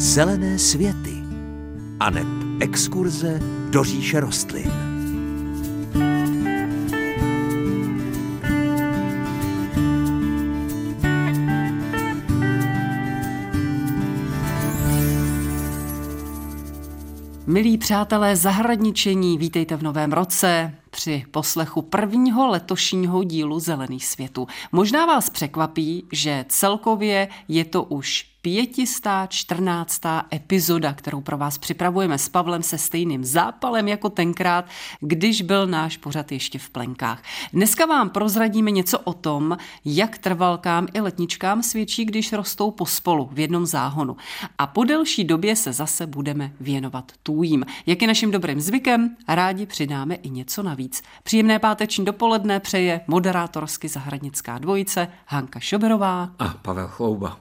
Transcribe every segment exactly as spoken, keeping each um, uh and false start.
Zelené světy aneb exkurze do říše rostlin. Milí přátelé zahradničení, vítejte v novém roce při poslechu prvního letošního dílu Zelených světů. Možná vás překvapí, že celkově je to už pětistá čtrnáctá epizoda, kterou pro vás připravujeme s Pavlem se stejným zápalem jako tenkrát, když byl náš pořad ještě v plenkách. Dneska vám prozradíme něco o tom, jak trvalkám i letničkám svědčí, když rostou pospolu v jednom záhonu. A po delší době se zase budeme věnovat tůjím. Jak je naším dobrým zvykem, rádi přidáme i něco navíc. Příjemné páteční dopoledne přeje moderátorsky zahradnická dvojice Hanka Šoberová a Pavel Chlouba.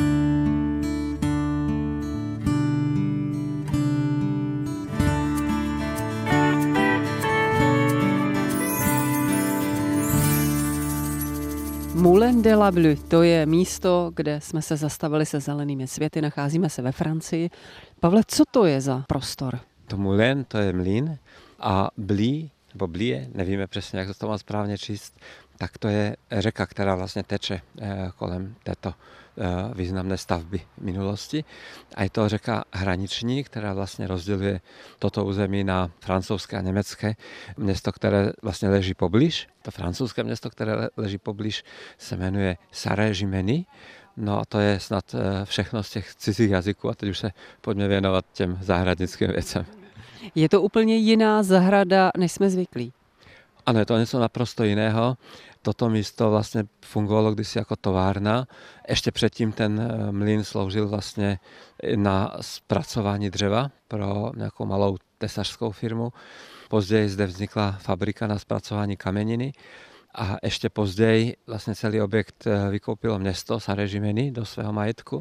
Moulin de la Bleu, to je místo, kde jsme se zastavili se zelenými světy, nacházíme se ve Francii. Pavle, co to je za prostor? To Moulin, to je mlýn a Blí, nebo Blie, nevíme přesně, jak to mám správně číst, tak to je řeka, která vlastně teče kolem této významné stavby minulosti. A je to řeka hraniční, která vlastně rozděluje toto území na francouzské a německé město, které vlastně leží poblíž. To francouzské město, které leží poblíž, se jmenuje Sarré-Jimeny. No a to je snad všechno z těch cizích jazyků a teď už se pojďme věnovat těm zahradnickým věcem. Je to úplně jiná zahrada, než jsme zvyklí. Ano, je to něco naprosto jiného. Toto místo vlastně fungovalo kdysi jako továrna. Ještě předtím ten mlýn sloužil vlastně na zpracování dřeva pro nějakou malou tesařskou firmu. Později zde vznikla fabrika na zpracování kameniny a ještě později vlastně celý objekt vykoupilo město Sarré-Jimeny do svého majetku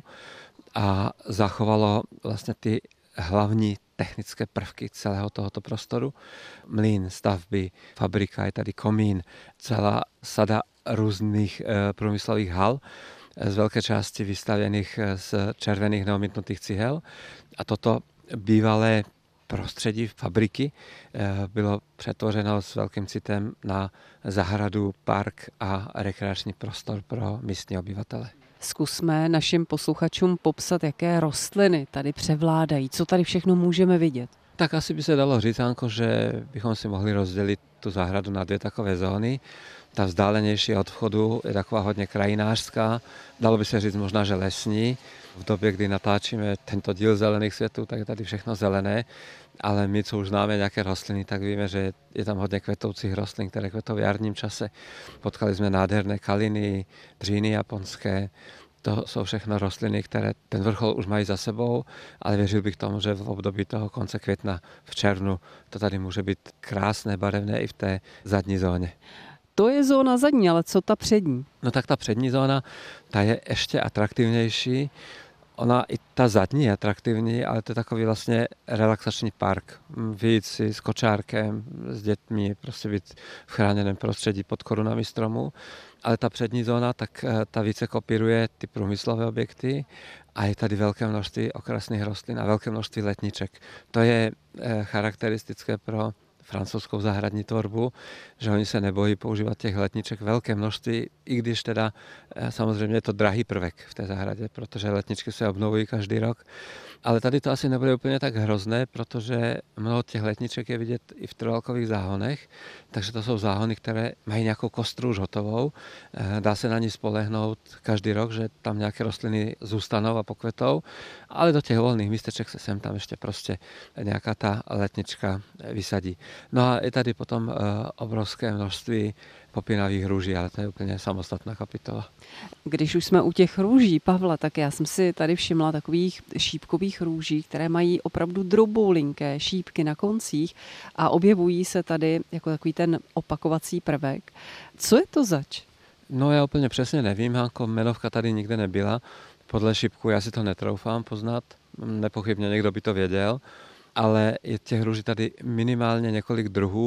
a zachovalo vlastně ty hlavní technické prvky celého tohoto prostoru. Mlýn, stavby, fabrika, je tady komín, celá sada různých e, průmyslových hal, z velké části vystavěných z červených neomítnutých cihel. A toto bývalé prostředí fabriky e, bylo přetvořeno s velkým citem na zahradu, park a rekreační prostor pro místní obyvatele. Zkusme našim posluchačům popsat, jaké rostliny tady převládají, co tady všechno můžeme vidět. Tak asi by se dalo říct, Anko, že bychom si mohli rozdělit tu zahradu na dvě takové zóny. Ta vzdálenější od vchodu je taková hodně krajinářská, dalo by se říct možná, že lesní. V době, kdy natáčíme tento díl Zelených světů, tak je tady všechno zelené, ale my, co už známe nějaké rostliny, tak víme, že je tam hodně kvetoucích rostlin, které kvetou v jarním čase. Potkali jsme nádherné kaliny, dříny japonské. To jsou všechno rostliny, které ten vrchol už mají za sebou, ale věřil bych tomu, že v období toho konce května v červnu to tady může být krásné, barevné i v té zadní zóně. To je zóna zadní, ale co ta přední? No tak ta přední zóna, ta je ještě atraktivnější. Ona i ta zadní je atraktivní, ale to je takový vlastně relaxační park. Vyjít si s kočárkem, s dětmi, prostě být v chráněném prostředí pod korunami stromů. Ale ta přední zóna, tak ta více kopíruje ty průmyslové objekty a je tady velké množství okrasných rostlin a velké množství letniček. To je charakteristické pro francouzskou zahradní tvorbu, že oni se nebojí používat těch letniček velké množství, i když teda samozřejmě je to drahý prvek v té zahradě, protože letničky se obnovují každý rok. Ale tady to asi nebude úplně tak hrozné, protože mnoho těch letniček je vidět i v trvalkových záhonech, takže to jsou záhony, které mají nějakou kostru už hotovou. Dá se na ní spolehnout každý rok, že tam nějaké rostliny zůstanou a pokvetou, ale do těch volných místeček se sem tam ještě prostě nějaká ta letnička vysadí. No a je tady potom obrovské množství popínavých růží, ale to je úplně samostatná kapitola. Když už jsme u těch růží, Pavla, tak já jsem si tady všimla takových šípkových růží, které mají opravdu droboulinké šípky na koncích a objevují se tady jako takový ten opakovací prvek. Co je to zač? No já úplně přesně nevím, Hanko, jmenovka tady nikde nebyla. Podle šípku já si to netroufám poznat, nepochybně někdo by to věděl, ale je těch růží tady minimálně několik druhů.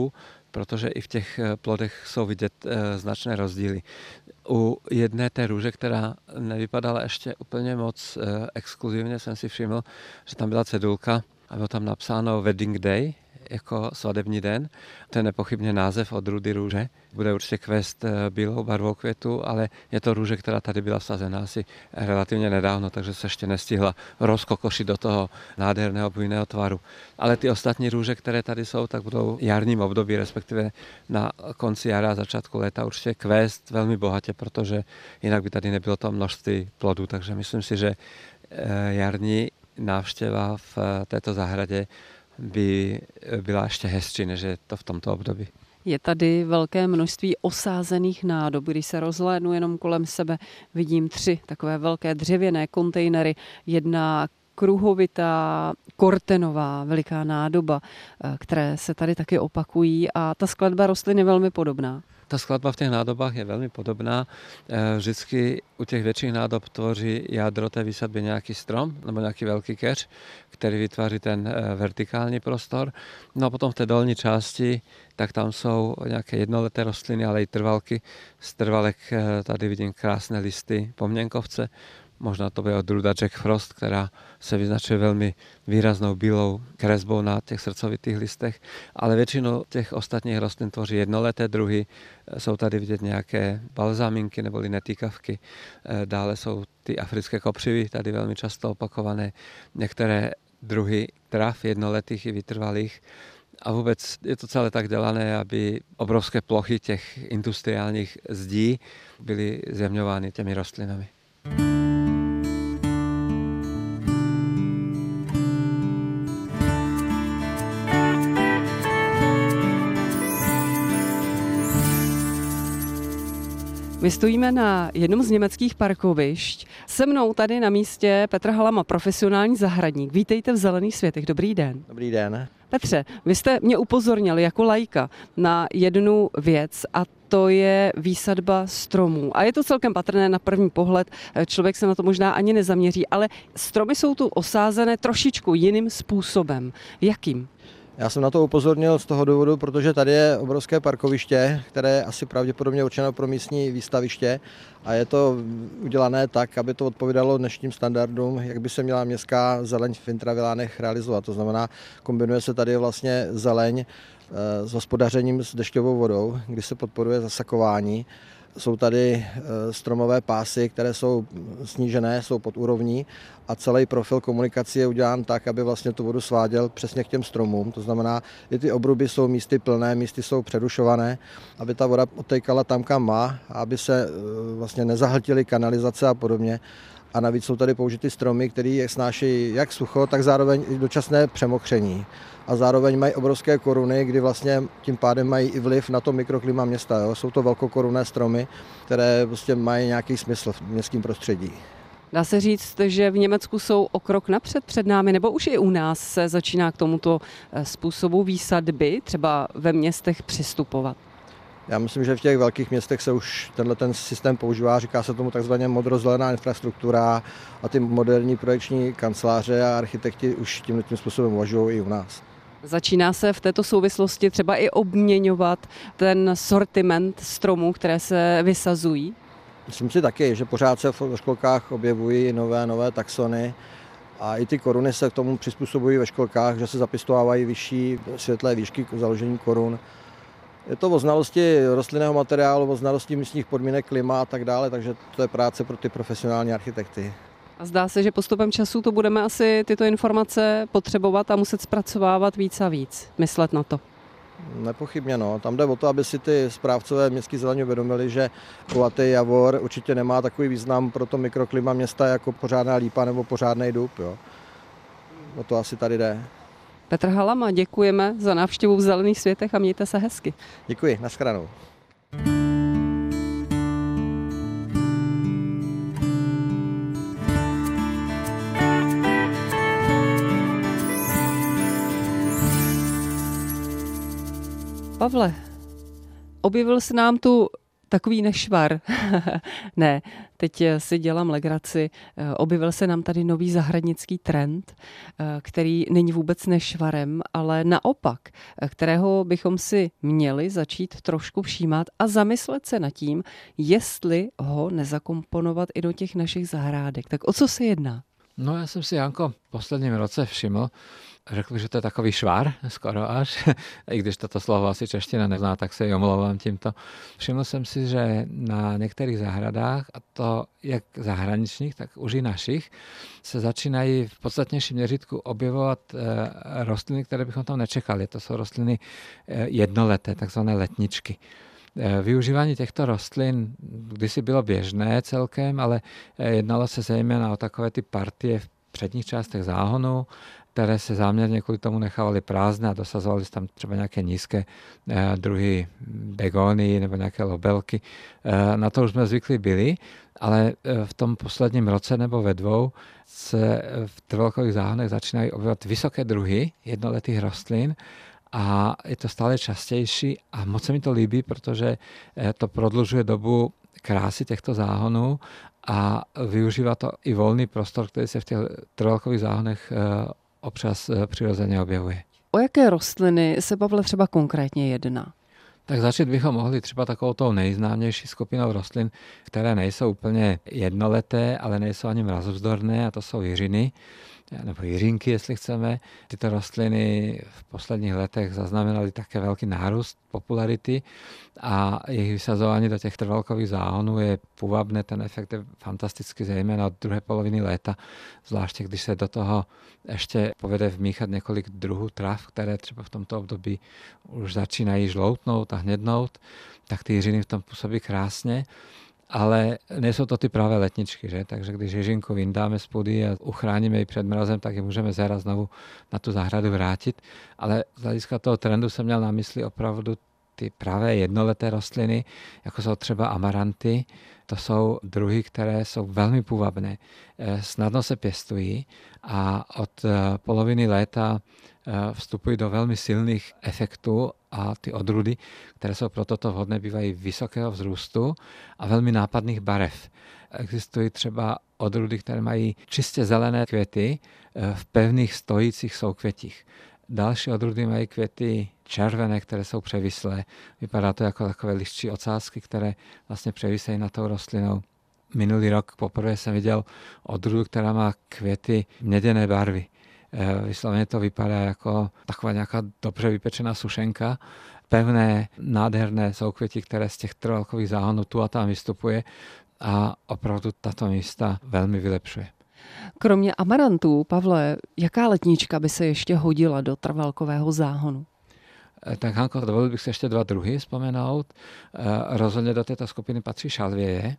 protože i v těch plodech jsou vidět značné rozdíly. U jedné té růže, která nevypadala ještě úplně moc exkluzivně, jsem si všiml, že tam byla cedulka a bylo tam napsáno Wedding Day, jako svadební den. To je nepochybně název odrůdy růže. Bude určitě kvést bílou barvou květu, ale je to růže, která tady byla vsazena asi relativně nedávno, takže se ještě nestihla rozkokošit do toho nádherného bujného tvaru. Ale ty ostatní růže, které tady jsou, tak budou jarním období, respektive na konci jara a začátku léta určitě kvést velmi bohatě, protože jinak by tady nebylo to množství plodů. Takže myslím si, že jarní návštěva v této zahradě by byla ještě hezčí, než je to v tomto období. Je tady velké množství osázených nádob. Když se rozhlédnu jenom kolem sebe, vidím tři takové velké dřevěné kontejnery. Jedna kruhovitá, kortenová, veliká nádoba, které se tady taky opakují a ta skladba rostlin je velmi podobná. Ta skladba v těch nádobách je velmi podobná. Vždycky u těch větších nádob tvoří jádro té výsadby nějaký strom nebo nějaký velký keř, který vytváří ten vertikální prostor. No a potom v té dolní části, tak tam jsou nějaké jednoleté rostliny, ale i trvalky. Z trvalek tady vidím krásné listy pomněnkovce. Možná to bude odrůda Jack Frost, která se vyznačuje velmi výraznou bílou kresbou na těch srdcovitých listech, ale většinu těch ostatních rostlin tvoří jednoleté druhy. Jsou tady vidět nějaké balzáminky nebo netýkavky. Dále jsou ty africké kopřivy, tady velmi často opakované. Některé druhy trav jednoletých i vytrvalých. A vůbec je to celé tak dělané, aby obrovské plochy těch industriálních zdí byly zjemňovány těmi rostlinami. My stojíme na jednom z německých parkovišť. Se mnou tady na místě Petr Halama, profesionální zahradník. Vítejte v Zelených světech. Dobrý den. Dobrý den. Petře, vy jste mě upozornili jako laika na jednu věc a to je výsadba stromů. A je to celkem patrné na první pohled, člověk se na to možná ani nezaměří, ale stromy jsou tu osázené trošičku jiným způsobem. Jakým? Já jsem na to upozornil z toho důvodu, protože tady je obrovské parkoviště, které je asi pravděpodobně určeno pro místní výstaviště a je to udělané tak, aby to odpovídalo dnešním standardům, jak by se měla městská zeleň v intravilánech realizovat. To znamená, kombinuje se tady vlastně zeleň s hospodařením s dešťovou vodou, kdy se podporuje zasakování. Jsou tady stromové pásy, které jsou snížené, jsou pod úrovní a celý profil komunikace je udělán tak, aby vlastně tu vodu sváděl přesně k těm stromům. To znamená, že ty obruby jsou místy plné, místy jsou přerušované, aby ta voda odtékala tam, kam má, aby se vlastně nezahltily kanalizace a podobně. A navíc jsou tady použity stromy, které snášejí jak sucho, tak zároveň i dočasné přemokření. A zároveň mají obrovské koruny, kdy vlastně tím pádem mají i vliv na to mikroklima města. Jo? Jsou to velkokorunné stromy, které prostě mají nějaký smysl v městském prostředí. Dá se říct, že v Německu jsou o krok napřed před námi, nebo už i u nás se začíná k tomuto způsobu výsadby třeba ve městech přistupovat? Já myslím, že v těch velkých městech se už tenhle ten systém používá, říká se tomu takzvaně modrozelená infrastruktura a ty moderní projekční kanceláře a architekti už tímhle tím způsobem uvažují i u nás. Začíná se v této souvislosti třeba i obměňovat ten sortiment stromů, které se vysazují? Myslím si taky, že pořád se v školkách objevují nové nové taxony a i ty koruny se k tomu přizpůsobují ve školkách, že se zapěstovávají vyšší světlé výšky k založení korun. Je to o znalosti rostlinného materiálu, o znalosti místních podmínek, klima a tak dále, takže to je práce pro ty profesionální architekty. A zdá se, že postupem času to budeme asi tyto informace potřebovat a muset zpracovávat víc a víc. Myslet na to. Nepochybně, no. Tam jde o to, aby si ty správcové městské zeleně uvědomili, že kulatý javor určitě nemá takový význam pro to mikroklima města jako pořádná lípa nebo pořádný dub. Jo. O to asi tady jde. Petr Halama, děkujeme za návštěvu v Zelených světech a mějte se hezky. Děkuji, nashledanou. Pavle, objevil se nám tu Takový nešvar. Ne, teď si dělám legraci. Objevil se nám tady nový zahradnický trend, který není vůbec nešvarem, ale naopak, kterého bychom si měli začít trošku všímat a zamyslet se nad tím, jestli ho nezakomponovat i do těch našich zahrádek. Tak o co se jedná? No já jsem si, Janko, v posledním roce všiml, řekl, že to je takový švar, skoro až, i když toto slovo asi čeština nezná, tak se ji omlouvám tímto. Všiml jsem si, že na některých zahradách, a to jak zahraničních, tak už i našich, se začínají v podstatnějším měřítku objevovat e, rostliny, které bychom tam nečekali. To jsou rostliny e, jednoleté, takzvané letničky. Využívání těchto rostlin kdysi bylo běžné celkem, ale jednalo se zejména o takové ty partie v předních částech záhonu, které se záměrně kvůli tomu nechávaly prázdné a dosazovaly tam třeba nějaké nízké druhy begóny nebo nějaké lobelky. Na to už jsme zvyklí byli, ale v tom posledním roce nebo ve dvou se v trvalkových záhonech začínají objevovat vysoké druhy jednoletých rostlin, a je to stále častější a moc se mi to líbí, protože to prodlužuje dobu krásy těchto záhonů a využívá to i volný prostor, který se v těch trvalkových záhonech občas přirozeně objevuje. O jaké rostliny se, Pavle, třeba konkrétně jedná? Tak začít bychom mohli třeba takovou tou nejznámější skupinou rostlin, které nejsou úplně jednoleté, ale nejsou ani mrazovzdorné, a to jsou jiřiny, nebo jiřinky, jestli chceme. Tyto rostliny v posledních letech zaznamenaly také velký nárůst popularity a jejich vysazování do těch trvalkových záhonů je půvabné. Ten efekt je fantastický, zejména od druhé poloviny léta, zvláště když se do toho ještě povede vmíchat několik druhů trav, které třeba v tomto období už začínají žloutnout a hnědnout, tak ty jiřiny v tom působí krásně. Ale nejsou to ty pravé letničky, že? Takže když jiřinku vyndáme z půdy a uchráníme ji před mrazem, tak ji můžeme zera znovu na tu zahradu vrátit. Ale z hlediska toho trendu jsem měl na mysli opravdu ty pravé jednoleté rostliny, jako jsou třeba amaranty. To jsou druhy, které jsou velmi půvabné. Snadno se pěstují a od poloviny léta vstupují do velmi silných efektů a ty odrůdy, které jsou pro toto vhodné, bývají vysokého vzrůstu a velmi nápadných barev. Existují třeba odrůdy, které mají čistě zelené květy v pevných stojících soukvětích. Další odrůdy mají květy červené, které jsou převislé. Vypadá to jako takové liščí ocásky, které vlastně převisejí na tou rostlinou. Minulý rok poprvé jsem viděl odrůdu, která má květy měděné barvy. Vysloveně to vypadá jako taková nějaká dobře vypečená sušenka. Pevné, nádherné soukvěti, které z těch trvalkových záhonů tu a tam vystupuje a opravdu tato místa velmi vylepšuje. Kromě amarantů, Pavle, jaká letnička by se ještě hodila do trvalkového záhonu? Tak Hanko, dovolil bych si ještě dva druhy vzpomenout. Rozhodně do této skupiny patří šalvěje.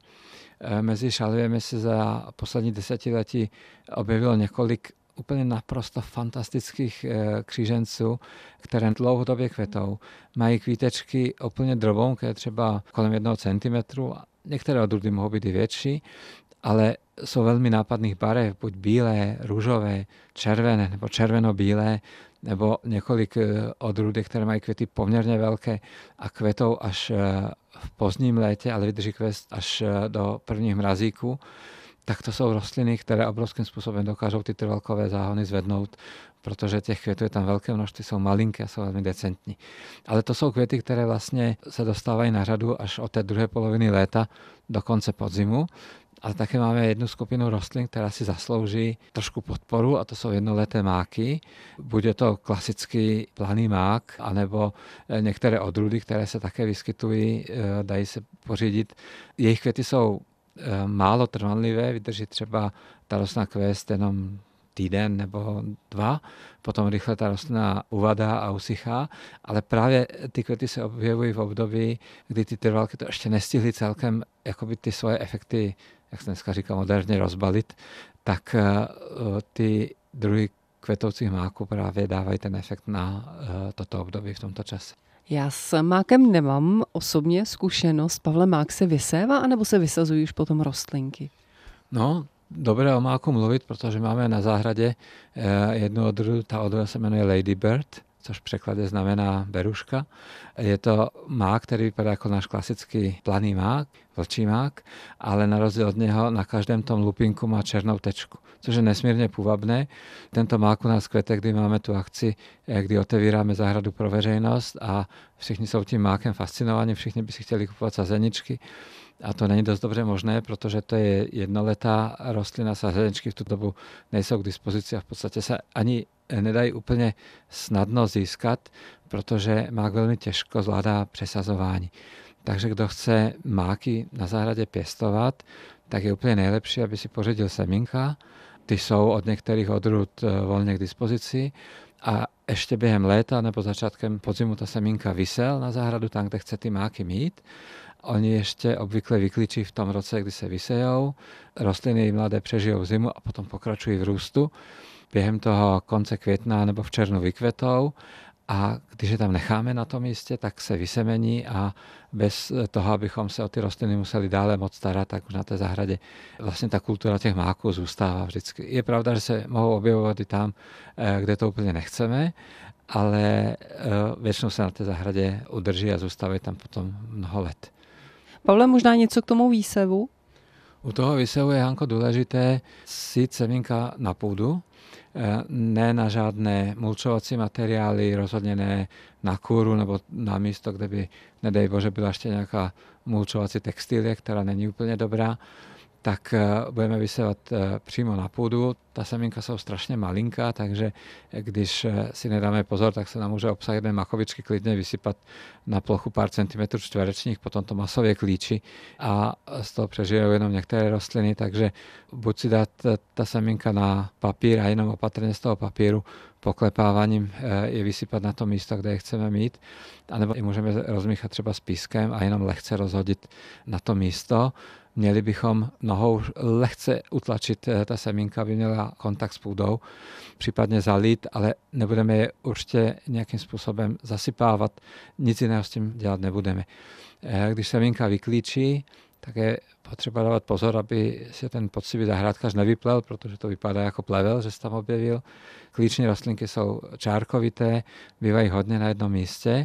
Mezi šalvějemi se za poslední desetiletí objevilo několik úplně naprosto fantastických kříženců, které dlouhodobě kvetou. Mají kvítečky úplně drobounké, třeba kolem jednoho centimetru. Některé odrůdy mohou být i větší, ale jsou velmi nápadných barev, buď bílé, růžové, červené nebo červeno-bílé, nebo několik odrůdek, které mají květy poměrně velké a kvetou až v pozdním létě, ale vydrží kvést až do prvních mrazíků. Tak to jsou rostliny, které obrovským způsobem dokážou ty trvalkové záhony zvednout, protože těch květů je tam velké množství, jsou malinké a jsou velmi decentní. Ale to jsou květy, které vlastně se dostávají na řadu až od té druhé poloviny léta do konce podzimu. Ale také máme jednu skupinu rostlin, která si zaslouží trošku podporu, a to jsou jednoleté máky. Buď je to klasický planý mák, anebo některé odrůdy, které se také vyskytují, dají se pořídit. Jejich květy jsou málo trvanlivé, vydrží třeba ta rostlina kvést jenom týden nebo dva, potom rychle ta rostlina uvadá a usychá, ale právě ty květy se objevují v období, kdy ty trvalky to ještě nestihly celkem jakoby ty svoje efekty, jak se dneska říká, moderně rozbalit, tak ty druhy kvetoucích máků právě dávají ten efekt na toto období v tomto čase. Já s mákem nemám osobně zkušenost. Pavle, mák se vysévá, anebo se vysazují už potom rostlinky? No, dobré o máku mluvit, protože máme na zahradě jednu odrůdu, ta odrůda se jmenuje Ladybird což v překladě znamená beruška. Je to mák, který vypadá jako náš klasický planý mák, vlčí mák, ale na rozdíl od něho na každém tom lupinku má černou tečku, což je nesmírně půvabné. Tento mák u nás kvete, kdy máme tu akci, kdy otevíráme zahradu pro veřejnost a všichni jsou tím mákem fascinovaní, všichni by si chtěli kupovat sazeničky. A to není dost dobře možné, protože to je jednoletá rostlina, sazeničky v tu dobu nejsou k dispozici a v podstatě se ani nedají úplně snadno získat, protože mák velmi těžko zvládá přesazování. Takže kdo chce máky na zahradě pěstovat, tak je úplně nejlepší, aby si pořídil semínka. Ty jsou od některých odrůd volně k dispozici a ještě během léta nebo začátkem podzimu ta semínka vysel na zahradu tam, kde chce ty máky mít. Oni ještě obvykle vyklíčí v tom roce, kdy se vysejou. Rostliny mladé přežijou zimu a potom pokračují v růstu. Během toho konce května nebo v červnu vykvetou a když je tam necháme na tom místě, tak se vysemení a bez toho, abychom se o ty rostliny museli dále moc starat, tak už na té zahradě vlastně ta kultura těch máků zůstává vždycky. Je pravda, že se mohou objevovat i tam, kde to úplně nechceme, ale většinou se na té zahradě udrží a zůstávají tam potom mnoho let. Pavle, možná něco k tomu výsevu? U toho výsevu je, Hanko, důležité sít semínka na půdu, ne na žádné mulčovací materiály, rozhodně ne na kůru nebo na místo, kde by, nedej bože, byla ještě nějaká mulčovací textilie, která není úplně dobrá, tak budeme vysévat přímo na půdu. Ta semínka jsou strašně malinká, takže když si nedáme pozor, tak se nám může obsah jedné makovičky klidně vysypat na plochu pár centimetrů čtverečních, potom to masově klíčí a z toho přežijou jenom některé rostliny, takže buď si dát ta semínka na papír a jenom opatrně z toho papíru poklepáváním je vysypat na to místo, kde je chceme mít, anebo i můžeme rozmíchat třeba s pískem a jenom lehce rozhodit na to místo. Měli bychom nohou lehce utlačit ta semínka, aby měla kontakt s půdou, případně zalít, ale nebudeme je určitě nějakým způsobem zasypávat, nic jiného s tím dělat nebudeme. Když semínka vyklíčí, tak je potřeba dávat pozor, aby se ten poctivý zahrádkař nevyplel, protože to vypadá jako plevel, že se tam objevil. Klíční rostlinky jsou čárkovité, bývají hodně na jednom místě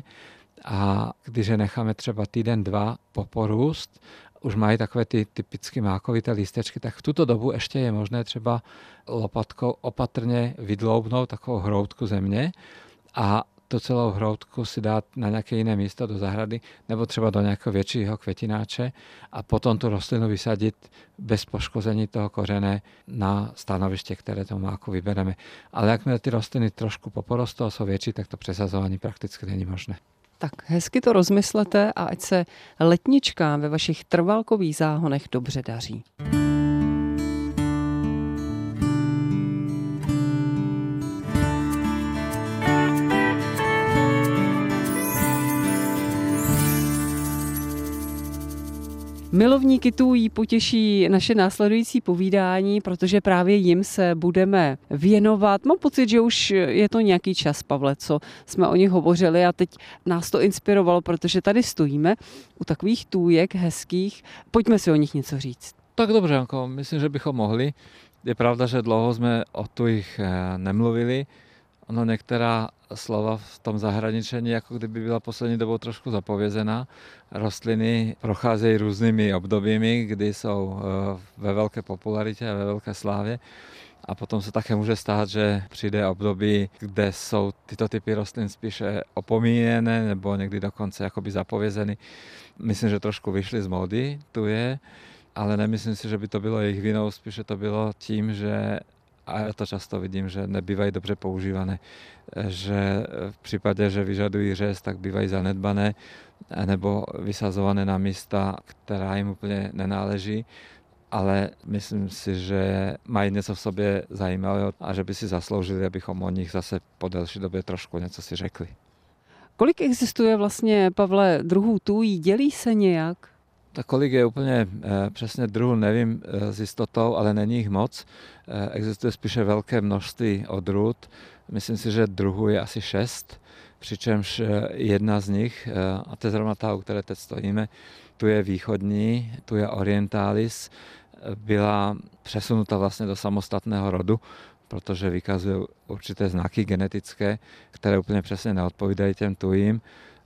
a když je necháme třeba týden, dva po porůst, už mají takové ty typicky mákovité lístečky, tak v tuto dobu ještě je možné třeba lopatkou opatrně vydloubnout takovou hroutku země a tu celou hroutku si dát na nějaké jiné místo do zahrady nebo třeba do nějakého většího květináče a potom tu rostlinu vysadit bez poškození toho kořene na stanoviště, které tomu máku vybereme. Ale jakmile ty rostliny trošku poporostou a jsou větší, tak to přesazování prakticky není možné. Tak hezky to rozmyslete a ať se letničkám ve vašich trvalkových záhonech dobře daří. Milovníky tůjí potěší naše následující povídání, protože právě jim se budeme věnovat. Mám pocit, že už je to nějaký čas, Pavle, co jsme o nich hovořili a teď nás to inspirovalo, protože tady stojíme u takových tůjek hezkých. Pojďme si o nich něco říct. Tak dobře, Janko, myslím, že bychom mohli. Je pravda, že dlouho jsme o tůjích nemluvili. Ono některá slova v tom zahraničení jako kdyby byla poslední dobou trošku zapovězená. Rostliny procházejí různými obdobími, kdy jsou ve velké popularitě a ve velké slávě. A potom se také může stát, že přijde období, kde jsou tyto typy rostlin spíše opomíjené nebo někdy dokonce jakoby zapovězeny. Myslím, že trošku vyšly z módy, tu je, ale nemyslím si, že by to bylo jejich vinou, spíše to bylo tím, že a já to často vidím, že nebývají dobře používané, že v případě, že vyžadují řez, tak bývají zanedbané nebo vysazované na místa, která jim úplně nenáleží, ale myslím si, že mají něco v sobě zajímavého a že by si zasloužili, abychom o nich zase po delší době trošku něco si řekli. Kolik existuje vlastně, Pavle, druhů tůjí? Dělí se nějak? Tak kolik je úplně e, přesně druhů, nevím e, s jistotou, ale není jich moc. E, existuje spíše velké množství odrůd. Myslím si, že druhů je asi šest, přičemž jedna z nich, e, a to je zrovna ta, u které teď stojíme, tu je východní, tu je orientalis, byla přesunuta vlastně do samostatného rodu, protože vykazujú určité znaky genetické, ktoré úplne presne neodpovídajú tým tujím,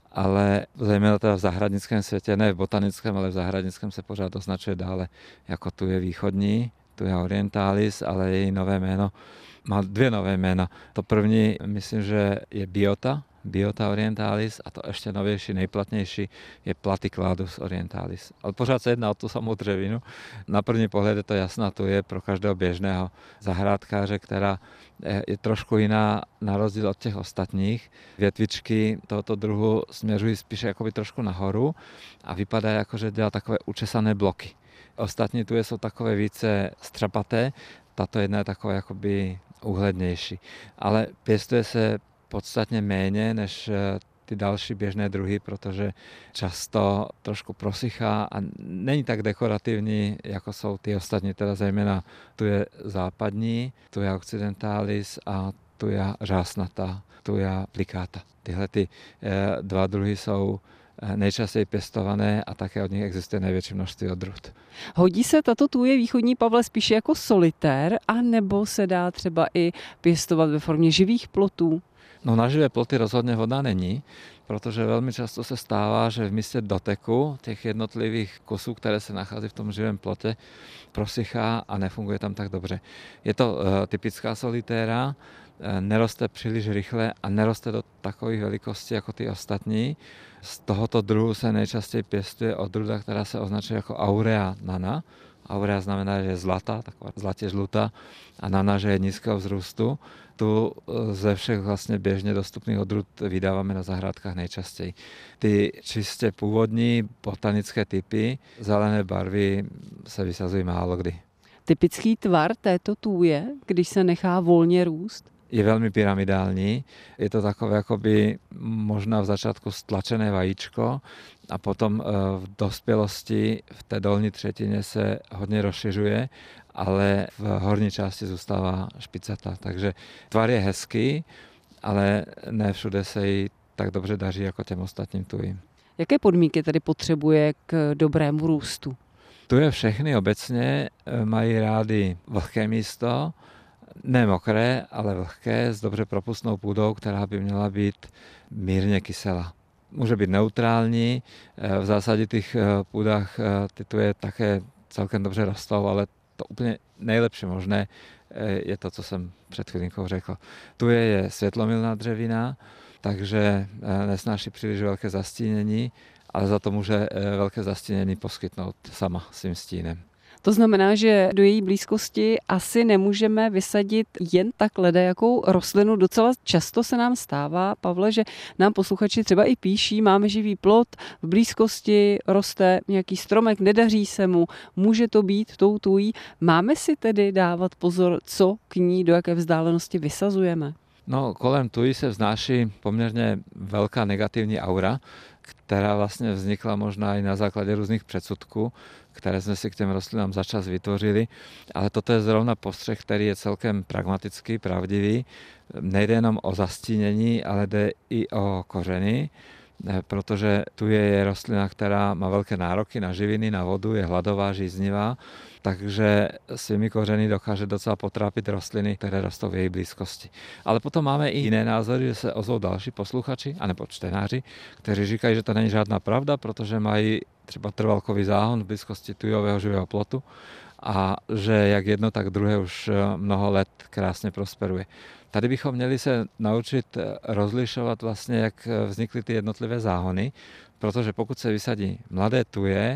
ale zejména teda v zahradnickém světě, ne v botanickém, ale v zahradnickém se pořád označuje dále jako tuje východní, tuje orientalis, ale její nové jméno má dvě nové jména. To první, myslím, že je biota, Biota orientalis, a to ešte novější, nejplatnější je Platycladus orientalis. Ale pořád se jedná o tu samou dřevinu. Na první pohled je to jasná, to je pro každého běžného zahrádkáře, která je trošku jiná na rozdíl od těch ostatních. Větvičky tohoto druhu směřují spíše jakoby trošku nahoru a vypadá jako, že dělá takové učesané bloky. Ostatní tuje jsou takové více strapaté, tato jedna je takové jakoby úhlednější. Ale pěstuje se podstatně méně než ty další běžné druhy, protože často trošku prosychá a není tak dekorativní, jako jsou ty ostatní, teda zejména tu je západní, tu je occidentalis a tu je řásnatá, tu je plicata. Tyhle ty dva druhy jsou nejčastěji pěstované a také od nich existuje největší množství odrůd. Hodí se tato tuje východní, Pavle, spíše jako solitér, anebo se dá třeba i pěstovat ve formě živých plotů? No na živé ploty rozhodně vhodná není, protože velmi často se stává, že v místě doteku těch jednotlivých kusů, které se nachází v tom živém plotě, prosychá a nefunguje tam tak dobře. Je to uh, typická solitéra, uh, neroste příliš rychle a neroste do takových velikostí jako ty ostatní. Z tohoto druhu se nejčastěji pěstuje odrůda, která se označuje jako aurea nana. Aurea znamená, že je zlatá, taková zlatě žlutá, a nana, že je nízkého vzrůstu. Tu ze všech vlastně běžně dostupných odrůd vydáváme na zahrádkách nejčastěji. Ty čistě původní botanické typy zelené barvy se vysazují málo kdy. Typický tvar této tůje, když se nechá volně růst? Je velmi pyramidální. Je to takové jakoby možná v začátku stlačené vajíčko a potom v dospělosti v té dolní třetině se hodně rozšiřuje, ale v horní části zůstává špicata. Takže tvar je hezký, ale ne všude se jí tak dobře daří jako těm ostatním tujím. Jaké podmínky tedy potřebuje k dobrému růstu? Tuje všechny obecně mají rády vlhké místo, ne mokré, ale vlhké, s dobře propustnou půdou, která by měla být mírně kyselá. Může být neutrální, v zásadě těch půdách ty tuje také celkem dobře rostou, ale to úplně nejlepší možné je to, co jsem před chvilinkou řekl. Tuje je světlomilná dřevina, takže nesnáší příliš velké zastínění, ale za to může velké zastínění poskytnout sama svým stínem. To znamená, že do její blízkosti asi nemůžeme vysadit jen tak ledajakou rostlinu. Docela často se nám stává, Pavle, že nám posluchači třeba i píší, máme živý plot, v blízkosti roste nějaký stromek, nedaří se mu, může to být tou tují. Máme si tedy dávat pozor, co k ní, do jaké vzdálenosti vysazujeme? No, kolem tují se vznáší poměrně velká negativní aura, která vlastně vznikla možná i na základě různých předsudků, které jsme si k těm rostlinám začas vytvořili, ale toto je zrovna postřeh, který je celkem pragmatický, pravdivý. Nejde jenom o zastínění, ale jde i o kořeny, protože tu je rostlina, která má velké nároky na živiny, na vodu, je hladová, žíznivá, takže svými kořeny dokáže docela potrápit rostliny, které rostou v její blízkosti. Ale potom máme i jiné názory, že se ozvou další posluchači, anebo čtenáři, kteří říkají, že to není žádná pravda, protože mají třeba trvalkový záhon v blízkosti tujového živého plotu a že jak jedno, tak druhé už mnoho let krásně prosperuje. Tady bychom měli se naučit rozlišovat vlastně, jak vznikly ty jednotlivé záhony, protože pokud se vysadí mladé tuje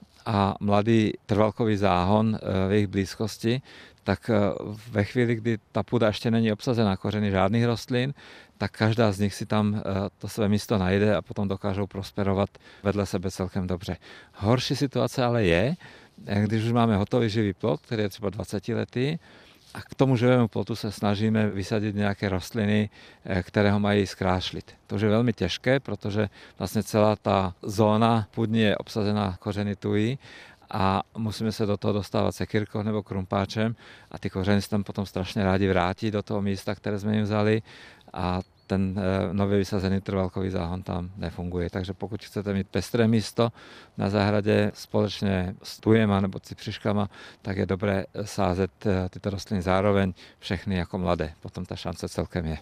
a mladý trvalkový záhon v jejich blízkosti, tak ve chvíli, kdy ta půda ještě není obsazená kořeny žádných rostlin, tak každá z nich si tam to své místo najde a potom dokážou prosperovat vedle sebe celkem dobře. Horší situace ale je, když už máme hotový živý plot, který je třeba dvacetiletý, a k tomu živému plotu se snažíme vysadit nějaké rostliny, které ho mají zkrášlit. To je velmi těžké, protože vlastně celá ta zóna půdní je obsazená kořeny tují a musíme se do toho dostávat sekyrkou nebo krumpáčem a ty kořeny se tam potom strašně rádi vrátí do toho místa, které jsme jim vzali, a ten nově vysazený trvalkový záhon tam nefunguje. Takže pokud chcete mít pestré místo na zahradě společně s tujema nebo cipřiškama, tak je dobré sázet tyto rostliny zároveň všechny jako mladé. Potom ta šance celkem je.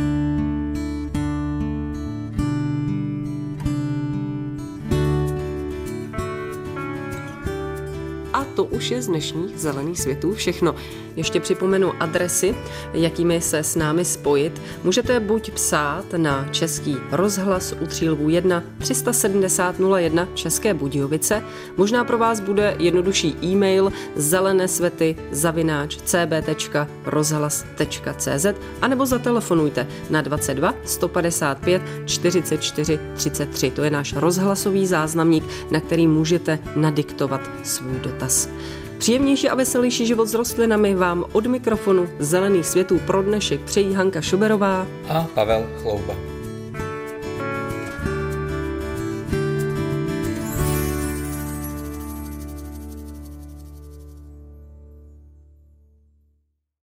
A to už je z dnešních Zelených světů všechno. Ještě připomenu adresy, jakými se s námi spojit. Můžete buď psát na Český rozhlas u Třílvů jedna tři sedmdesát nula jedna České Budějovice. Možná pro vás bude jednodušší e-mail zelenesvety zavináč c b tečka rozhlas tečka c z anebo zatelefonujte na dvacet dva sto padesát pět čtyřicet čtyři třicet tři. To je náš rozhlasový záznamník, na který můžete nadiktovat svůj dotaz. Příjemnější a veselější život s rostlinami vám od mikrofonu Zelených světů pro dnešek přejí Hanka Šuberová a Pavel Chlouba.